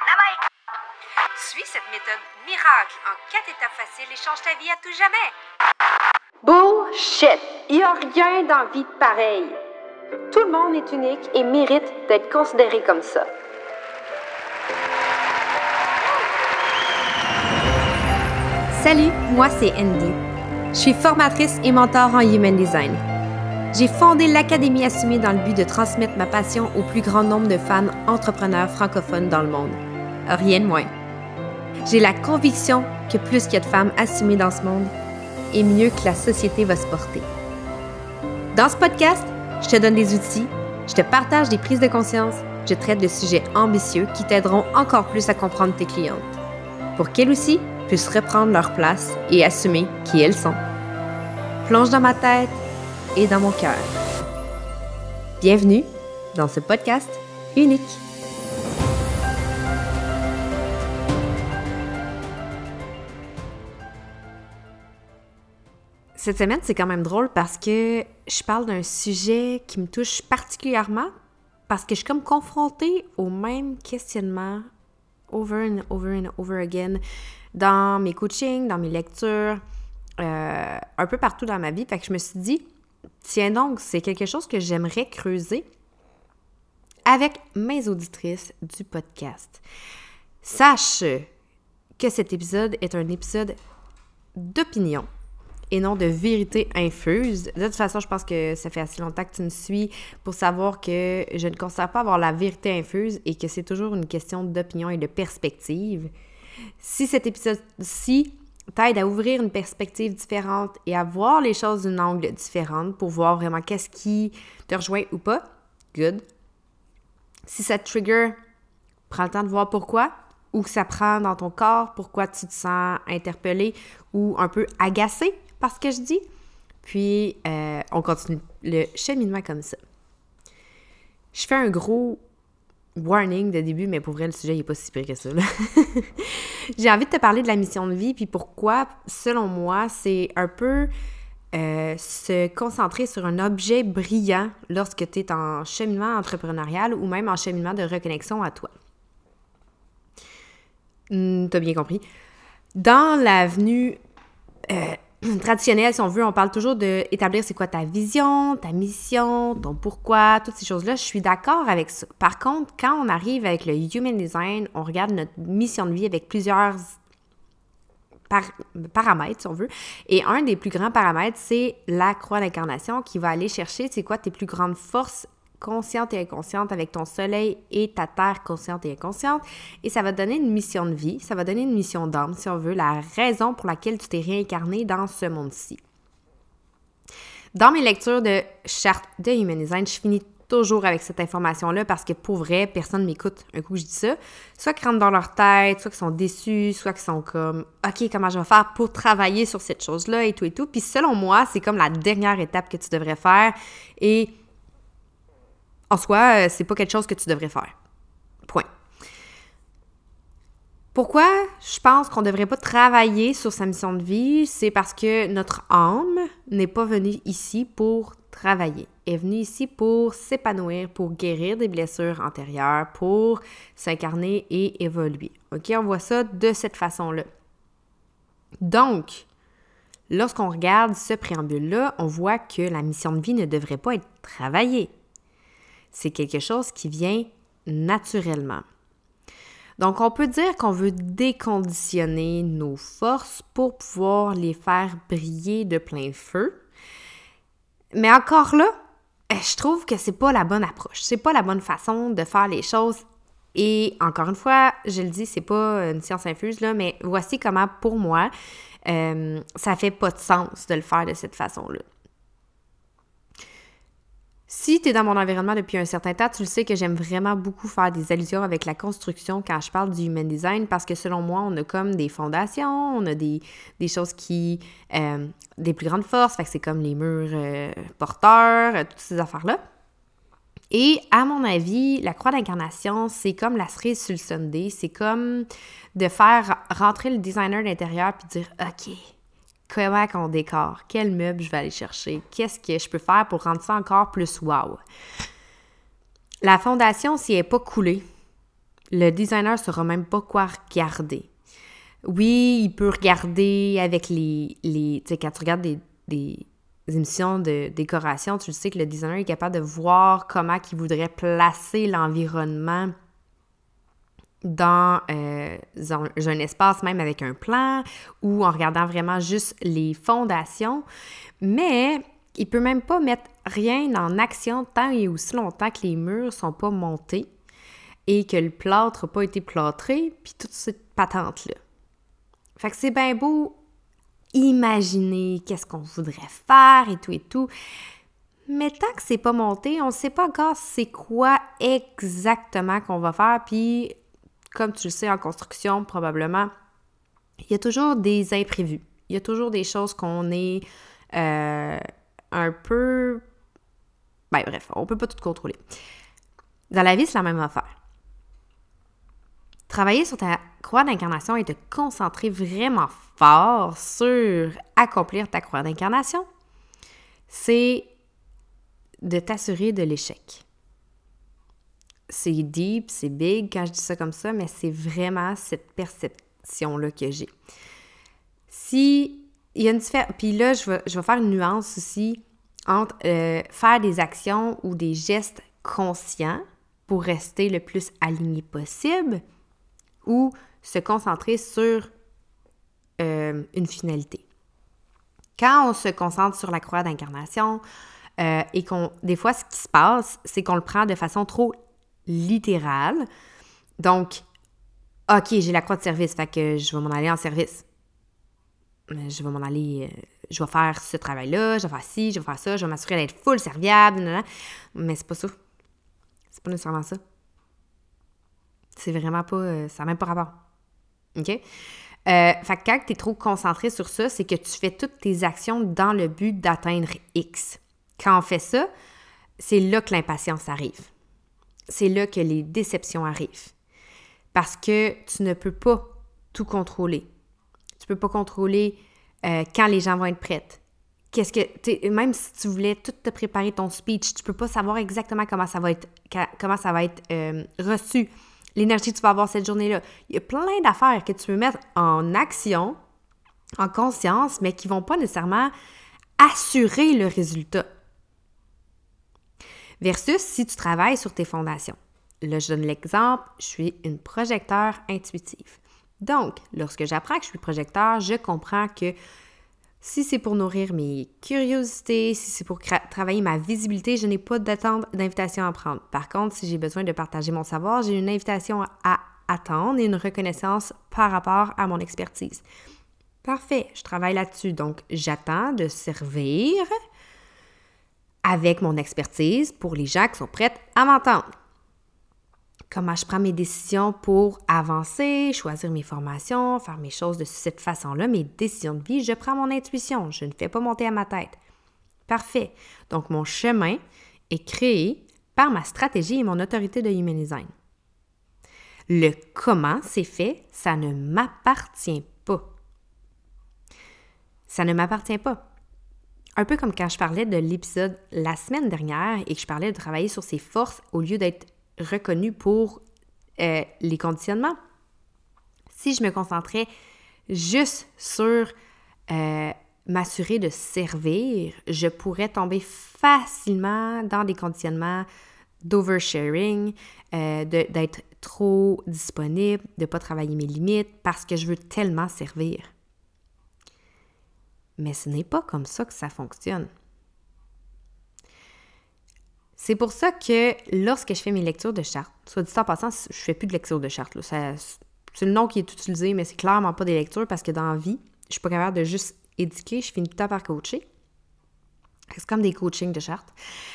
Suis cette méthode miracle en 4 étapes faciles et change ta vie à tout jamais. Bullshit! Il n'y a rien dans la vie de pareil. Tout le monde est unique et mérite d'être considéré comme ça. Salut, moi c'est Andy. Je suis formatrice et mentor en Human Design. J'ai fondé l'Académie Assumée dans le but de transmettre ma passion au plus grand nombre de femmes entrepreneurs francophones dans le monde. Rien de moins. J'ai la conviction que plus qu'il y a de femmes assumées dans ce monde, et mieux que la société va se porter. Dans ce podcast, je te donne des outils, je te partage des prises de conscience, je traite de sujets ambitieux qui t'aideront encore plus à comprendre tes clientes, pour qu'elles aussi puissent reprendre leur place et assumer qui elles sont. Plonge dans ma tête et dans mon cœur. Bienvenue dans ce podcast unique. Cette semaine, c'est quand même drôle parce que je parle d'un sujet qui me touche particulièrement parce que je suis comme confrontée au même questionnement over and over and over again dans mes coachings, dans mes lectures, un peu partout dans ma vie. Fait que je me suis dit, tiens donc, c'est quelque chose que j'aimerais creuser avec mes auditrices du podcast. Sache que cet épisode est un épisode d'opinion et non de vérité infuse. De toute façon, je pense que ça fait assez longtemps que tu me suis pour savoir que je ne considère pas avoir la vérité infuse et que c'est toujours une question d'opinion et de perspective. Si cet épisode-ci t'aide à ouvrir une perspective différente et à voir les choses d'un angle différent pour voir vraiment qu'est-ce qui te rejoint ou pas, good. Si ça te trigger, prends le temps de voir pourquoi, ou que ça prend dans ton corps, pourquoi tu te sens interpellé ou un peu agacé par ce que je dis. Puis, on continue le cheminement comme ça. Je fais un gros warning de début, mais pour vrai, le sujet n'est pas si pire que ça, là. J'ai envie de te parler de la mission de vie, puis pourquoi, selon moi, c'est un peu se concentrer sur un objet brillant lorsque tu es en cheminement entrepreneurial ou même en cheminement de reconnexion à toi. T'as bien compris. Dans l'avenue traditionnelle, si on veut, on parle toujours d'établir c'est quoi ta vision, ta mission, ton pourquoi, toutes ces choses-là. Je suis d'accord avec ça. Par contre, quand on arrive avec le Human Design, on regarde notre mission de vie avec plusieurs paramètres, si on veut. Et un des plus grands paramètres, c'est la croix d'incarnation qui va aller chercher c'est quoi tes plus grandes forces consciente et inconsciente avec ton soleil et ta terre consciente et inconsciente. Et ça va te donner une mission de vie, ça va donner une mission d'âme, si on veut, la raison pour laquelle tu t'es réincarné dans ce monde-ci. Dans mes lectures de charte de Human Design, je finis toujours avec cette information-là parce que pour vrai, personne ne m'écoute un coup que je dis ça. Soit qu'ils rentrent dans leur tête, soit qu'ils sont déçus, soit qu'ils sont comme « OK, comment je vais faire pour travailler sur cette chose-là? » et tout et tout. Puis selon moi, c'est comme la dernière étape que tu devrais faire et en soi, c'est pas quelque chose que tu devrais faire. Point. Pourquoi je pense qu'on ne devrait pas travailler sur sa mission de vie? C'est parce que notre âme n'est pas venue ici pour travailler. Elle est venue ici pour s'épanouir, pour guérir des blessures antérieures, pour s'incarner et évoluer. OK? On voit ça de cette façon-là. Donc, lorsqu'on regarde ce préambule-là, on voit que la mission de vie ne devrait pas être travaillée. C'est quelque chose qui vient naturellement. Donc, on peut dire qu'on veut déconditionner nos forces pour pouvoir les faire briller de plein feu. Mais encore là, je trouve que c'est pas la bonne approche. C'est pas la bonne façon de faire les choses. Et encore une fois, je le dis, c'est pas une science infuse, là, mais voici comment, pour moi, ça fait pas de sens de le faire de cette façon-là. Si tu es dans mon environnement depuis un certain temps, tu le sais que j'aime vraiment beaucoup faire des allusions avec la construction quand je parle du Human Design parce que selon moi, on a comme des fondations, on a des choses qui... des plus grandes forces, fait que c'est comme les murs porteurs, toutes ces affaires-là. Et à mon avis, la croix d'incarnation, c'est comme la cerise sur le sundae, c'est comme de faire rentrer le designer d'intérieur puis dire « OK, comment qu'on décore? Quel meuble je vais aller chercher? Qu'est-ce que je peux faire pour rendre ça encore plus wow? » La fondation, si elle n'est pas coulée, Le designer ne saura même pas quoi regarder. Oui, il peut regarder avec tu sais, quand tu regardes des émissions de décoration, tu sais que le designer est capable de voir comment il voudrait placer l'environnement dans un espace, même avec un plan, ou en regardant vraiment juste les fondations. Mais il peut même pas mettre rien en action tant et aussi longtemps que les murs sont pas montés et que le plâtre n'a pas été plâtré, puis toute cette patente-là. Fait que c'est bien beau imaginer qu'est-ce qu'on voudrait faire et tout. Mais tant que c'est pas monté, on ne sait pas encore c'est quoi exactement qu'on va faire. Puis, comme tu le sais, en construction, probablement, il y a toujours des imprévus. Il y a toujours des choses qu'on est un peu... Ben bref, on peut pas tout contrôler. Dans la vie, c'est la même affaire. Travailler sur ta croix d'incarnation et te concentrer vraiment fort sur accomplir ta croix d'incarnation, c'est de t'assurer de l'échec. C'est deep, c'est big quand je dis ça comme ça, mais c'est vraiment cette perception-là que j'ai. Si il y a une différence, puis là, je vais faire une nuance aussi entre faire des actions ou des gestes conscients pour rester le plus aligné possible ou se concentrer sur une finalité. Quand on se concentre sur la croix d'incarnation et des fois, ce qui se passe, c'est qu'on le prend de façon trop littérale. Donc, OK, j'ai la croix de service, fait que je vais m'en aller en service. Je vais m'en aller, je vais faire ce travail-là, je vais faire ci, je vais faire ça, je vais m'assurer d'être full serviable, mais c'est pas ça. C'est pas nécessairement ça. C'est vraiment pas, ça n'a même pas rapport. OK? Fait que quand tu es trop concentré sur ça, c'est que tu fais toutes tes actions dans le but d'atteindre X. Quand on fait ça, c'est là que l'impatience arrive. C'est là que les déceptions arrivent. Parce que tu ne peux pas tout contrôler. Tu peux pas contrôler quand les gens vont être prêts. Même si tu voulais tout te préparer ton speech, tu peux pas savoir exactement comment ça va être reçu, l'énergie que tu vas avoir cette journée-là. Il y a plein d'affaires que tu peux mettre en action, en conscience, mais qui vont pas nécessairement assurer le résultat. Versus si tu travailles sur tes fondations. Là, je donne l'exemple, je suis une projecteur intuitive. Donc, lorsque j'apprends que je suis projecteur, je comprends que si c'est pour nourrir mes curiosités, si c'est pour travailler ma visibilité, je n'ai pas d'invitation à prendre. Par contre, si j'ai besoin de partager mon savoir, j'ai une invitation à attendre et une reconnaissance par rapport à mon expertise. Parfait, je travaille là-dessus. Donc, j'attends de servir avec mon expertise pour les gens qui sont prêts à m'entendre. Comment je prends mes décisions pour avancer, choisir mes formations, faire mes choses de cette façon-là, mes décisions de vie, je prends mon intuition, je ne fais pas monter à ma tête. Parfait. Donc, mon chemin est créé par ma stratégie et mon autorité de Human Design. Le comment c'est fait, ça ne m'appartient pas. Ça ne m'appartient pas. Un peu comme quand je parlais de l'épisode la semaine dernière et que je parlais de travailler sur ses forces au lieu d'être reconnu pour les conditionnements. Si je me concentrais juste sur m'assurer de servir, je pourrais tomber facilement dans des conditionnements d'oversharing, d'être trop disponible, de ne pas travailler mes limites parce que je veux tellement servir. Mais ce n'est pas comme ça que ça fonctionne. C'est pour ça que lorsque je fais mes lectures de charte, soit dit en passant, je fais plus de lecture de charte. Là. C'est le nom qui est utilisé, mais c'est clairement pas des lectures parce que dans la vie, je suis pas capable de juste éduquer, je finis tout le temps par coacher. C'est comme des coachings de charte.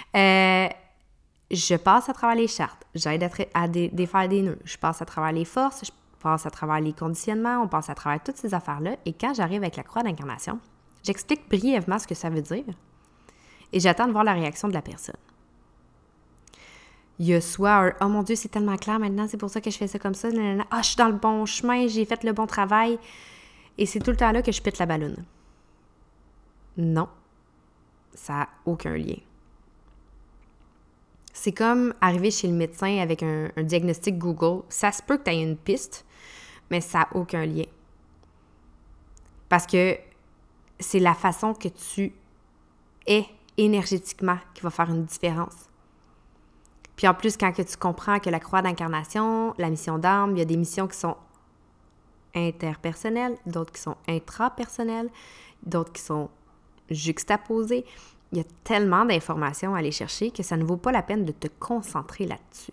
Je passe à travers les chartes, j'aide à défaire des nœuds, je passe à travers les forces, je passe à travers les conditionnements, on passe à travers toutes ces affaires-là. Et quand j'arrive avec la croix d'incarnation, j'explique brièvement ce que ça veut dire et j'attends de voir la réaction de la personne. Il y a soit un « Oh mon Dieu, c'est tellement clair maintenant, c'est pour ça que je fais ça comme ça. » « Ah, je suis dans le bon chemin, j'ai fait le bon travail. » Et c'est tout le temps là que je pète la balloune. Non, ça n'a aucun lien. C'est comme arriver chez le médecin avec un diagnostic Google. Ça se peut que tu aies une piste, mais ça n'a aucun lien. Parce que c'est la façon que tu es énergétiquement qui va faire une différence. Puis en plus, quand que tu comprends que la croix d'incarnation, la mission d'âme, il y a des missions qui sont interpersonnelles, d'autres qui sont intrapersonnelles, d'autres qui sont juxtaposées. Il y a tellement d'informations à aller chercher que ça ne vaut pas la peine de te concentrer là-dessus.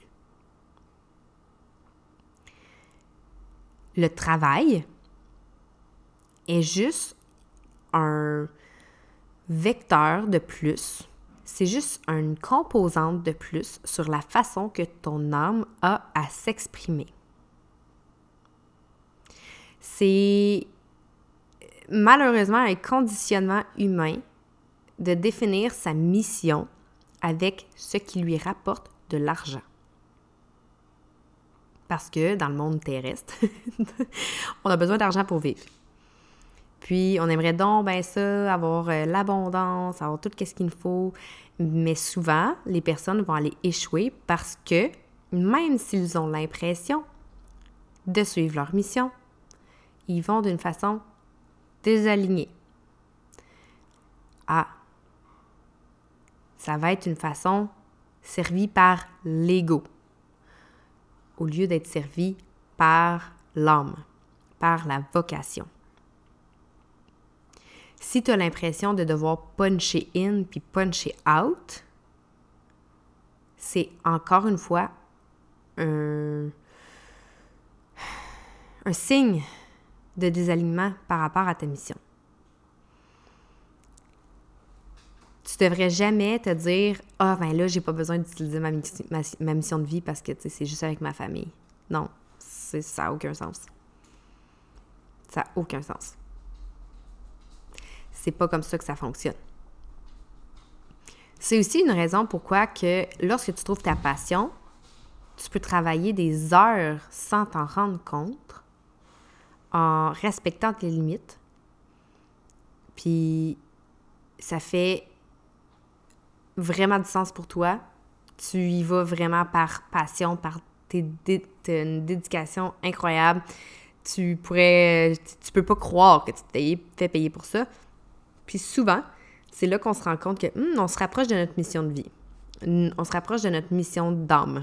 Le travail est juste un vecteur de plus. C'est juste une composante de plus sur la façon que ton âme a à s'exprimer. C'est malheureusement un conditionnement humain de définir sa mission avec ce qui lui rapporte de l'argent. Parce que dans le monde terrestre, on a besoin d'argent pour vivre. Puis, on aimerait donc bien ça, avoir l'abondance, avoir tout ce qu'il nous faut. Mais souvent, les personnes vont aller échouer parce que, même s'ils ont l'impression de suivre leur mission, ils vont d'une façon désalignée. Ah, ça va être une façon servie par l'ego, au lieu d'être servi par l'âme, par la vocation. Si tu as l'impression de devoir puncher in puis puncher out, c'est encore une fois un signe de désalignement par rapport à ta mission. Tu devrais jamais te dire « Ah, ben là, j'ai pas besoin d'utiliser ma mission de vie parce que c'est juste avec ma famille. » Non, ça n'a aucun sens. Ça n'a aucun sens. C'est pas comme ça que ça fonctionne. C'est aussi une raison pourquoi que lorsque tu trouves ta passion, tu peux travailler des heures sans t'en rendre compte, en respectant tes limites. Puis ça fait vraiment du sens pour toi. Tu y vas vraiment par passion, par une dédication incroyable. Tu peux pas croire que tu t'es fait payer pour ça. Puis souvent, c'est là qu'on se rend compte que on se rapproche de notre mission de vie. On se rapproche de notre mission d'âme.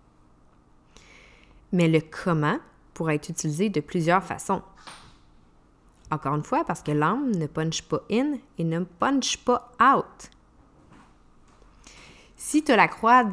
Mais le comment pourrait être utilisé de plusieurs façons. Encore une fois, parce que l'âme ne punch pas in et ne punch pas out. Si tu as la croix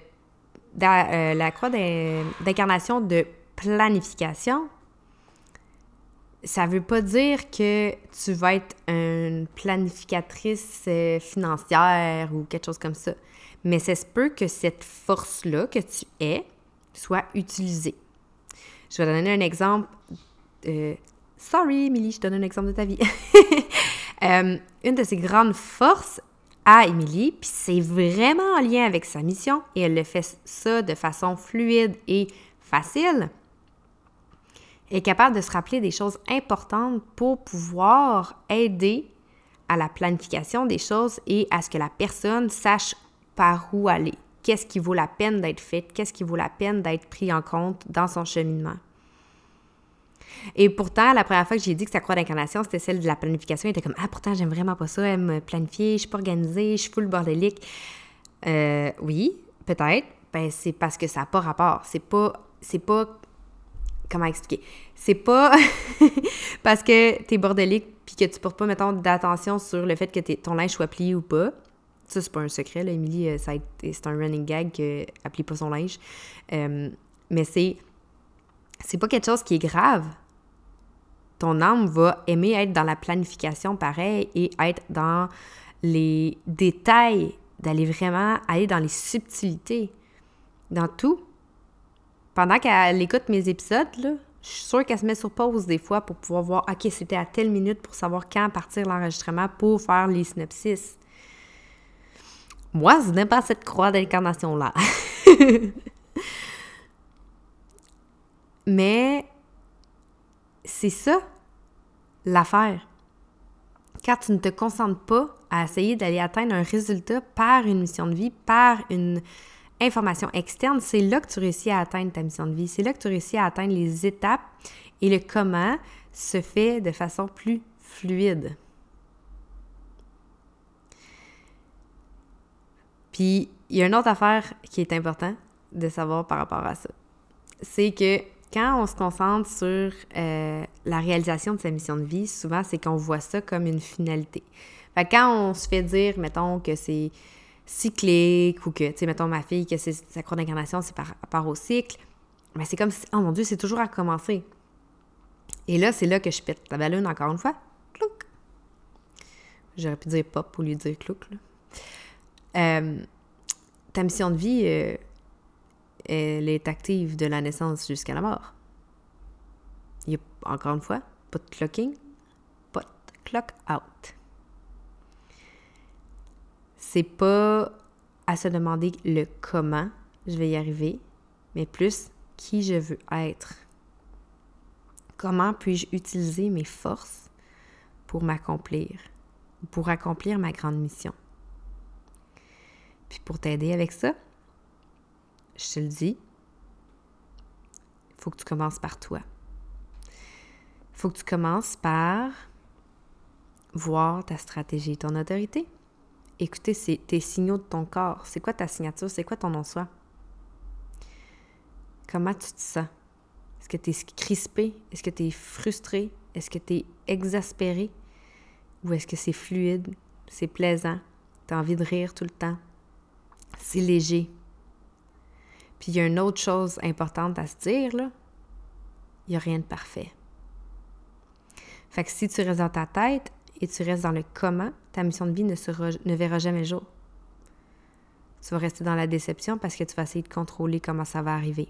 d'incarnation de planification, ça ne veut pas dire que tu vas être une planificatrice financière ou quelque chose comme ça. Mais ça se peut que cette force-là que tu es soit utilisée. Je vais donner un exemple. Sorry, Émilie, je donne un exemple de ta vie. Une de ses grandes forces à Émilie, puis c'est vraiment en lien avec sa mission, et elle le fait ça de façon fluide et facile, est capable de se rappeler des choses importantes pour pouvoir aider à la planification des choses et à ce que la personne sache par où aller. Qu'est-ce qui vaut la peine d'être fait? Qu'est-ce qui vaut la peine d'être pris en compte dans son cheminement? Et pourtant, la première fois que j'ai dit que sa croix d'incarnation, c'était celle de la planification, elle était comme « Ah, pourtant, j'aime vraiment pas ça, elle me planifier, je suis pas organisée, je suis full bordélique. » Oui, peut-être. Ben, c'est parce que ça n'a pas rapport. C'est pas... Comment expliquer? C'est pas parce que t'es bordélique puis que tu portes pas, mettons, d'attention sur le fait que ton linge soit plié ou pas. Ça, c'est pas un secret, là. Émilie, c'est un running gag qu'elle plie pas son linge. Mais c'est pas quelque chose qui est grave. Ton âme va aimer être dans la planification pareil et être dans les détails, d'aller vraiment aller dans les subtilités, dans tout. Pendant qu'elle écoute mes épisodes, là, je suis sûre qu'elle se met sur pause des fois pour pouvoir voir « OK, c'était à telle minute pour savoir quand partir l'enregistrement pour faire les synopsis. » Moi, je n'aime pas cette croix d'incarnation-là. Mais c'est ça, l'affaire. Quand tu ne te concentres pas à essayer d'aller atteindre un résultat par une mission de vie, par une information externe, c'est là que tu réussis à atteindre ta mission de vie. C'est là que tu réussis à atteindre les étapes et le comment se fait de façon plus fluide. Puis, il y a une autre affaire qui est importante de savoir par rapport à ça. C'est que quand on se concentre sur la réalisation de sa mission de vie, souvent, c'est qu'on voit ça comme une finalité. Fait que quand on se fait dire, mettons, que c'est cyclique ou que, tu sais, mettons, ma fille, que sa cour d'incarnation, c'est par rapport au cycle, mais c'est comme si, oh mon Dieu, c'est toujours à recommencer. Et là, c'est là que je pète la ballonne encore une fois. Clouc! J'aurais pu dire pop au lieu de dire clouc, là. Ta mission de vie, elle est active de la naissance jusqu'à la mort. Il y a, encore une fois, pas de clocking, pas de clock out. C'est pas à se demander le comment je vais y arriver, mais plus qui je veux être. Comment puis-je utiliser mes forces pour m'accomplir, pour accomplir ma grande mission. Puis pour t'aider avec ça, je te le dis, il faut que tu commences par toi. Il faut que tu commences par voir ta stratégie, ton autorité. Écouter tes signaux de ton corps. C'est quoi ta signature? C'est quoi ton nom-soi? Comment tu te sens? Est-ce que tu es crispé? Est-ce que tu es frustré? Est-ce que tu es exaspéré? Ou est-ce que c'est fluide? C'est plaisant? Tu as envie de rire tout le temps? C'est léger? Puis il y a une autre chose importante à se dire, là. Il n'y a rien de parfait. Fait que si tu restes dans ta tête et tu restes dans le comment, ta mission de vie ne verra jamais le jour. Tu vas rester dans la déception parce que tu vas essayer de contrôler comment ça va arriver.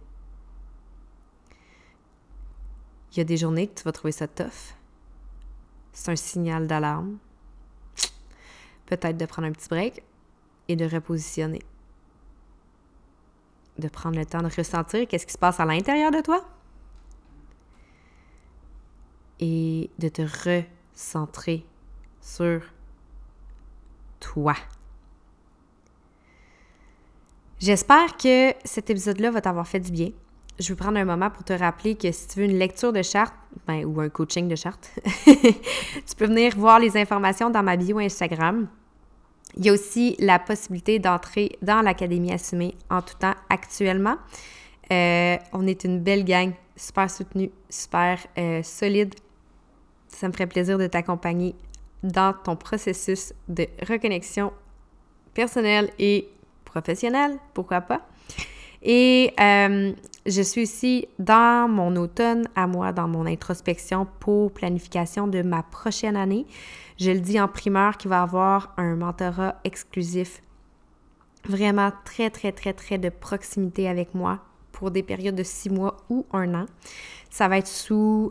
Il y a des journées que tu vas trouver ça tough. C'est un signal d'alarme. Peut-être de prendre un petit break et de repositionner. De prendre le temps de ressentir qu'est-ce qui se passe à l'intérieur de toi et de te recentrer sur toi. J'espère que cet épisode-là va t'avoir fait du bien. Je vais prendre un moment pour te rappeler que si tu veux une lecture de charte, ou un coaching de charte, tu peux venir voir les informations dans ma bio Instagram. Il y a aussi la possibilité d'entrer dans l'Académie Assumée en tout temps actuellement. On est une belle gang, super soutenue, super solide. Ça me ferait plaisir de t'accompagner dans ton processus de reconnexion personnelle et professionnelle, pourquoi pas. Et je suis aussi dans mon automne à moi, dans mon introspection pour planification de ma prochaine année. Je le dis en primeur qu'il va y avoir un mentorat exclusif, vraiment très, très, très, très de proximité avec moi pour des périodes de 6 mois ou 1 an. Ça va être sous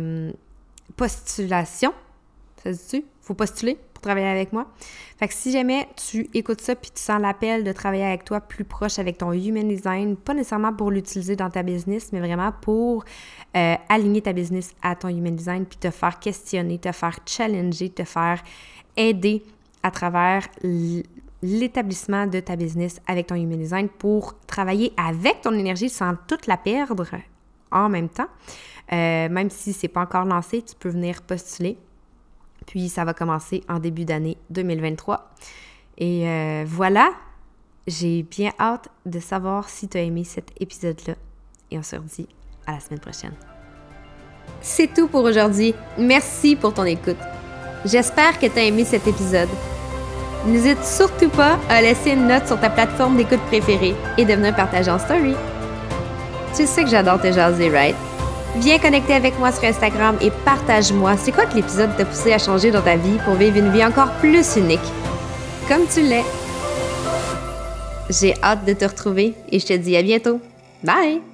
postulation. Ça se dit-tu? Faut postuler pour travailler avec moi. Fait que si jamais tu écoutes ça puis tu sens l'appel de travailler avec toi plus proche avec ton human design, pas nécessairement pour l'utiliser dans ta business, mais vraiment pour aligner ta business à ton human design puis te faire questionner, te faire challenger, te faire aider à travers l'établissement de ta business avec ton human design pour travailler avec ton énergie sans toute la perdre en même temps. Même si c'est pas encore lancé, tu peux venir postuler. Puis ça va commencer en début d'année 2023. Et voilà, j'ai bien hâte de savoir si tu as aimé cet épisode-là. Et on se redit à la semaine prochaine. C'est tout pour aujourd'hui. Merci pour ton écoute. J'espère que tu as aimé cet épisode. N'hésite surtout pas à laisser une note sur ta plateforme d'écoute préférée et de venir partager en story. Tu sais que j'adore te jaser, right? Viens connecter avec moi sur Instagram et partage-moi c'est quoi que l'épisode t'a poussé à changer dans ta vie pour vivre une vie encore plus unique, comme tu l'es. J'ai hâte de te retrouver et je te dis à bientôt. Bye!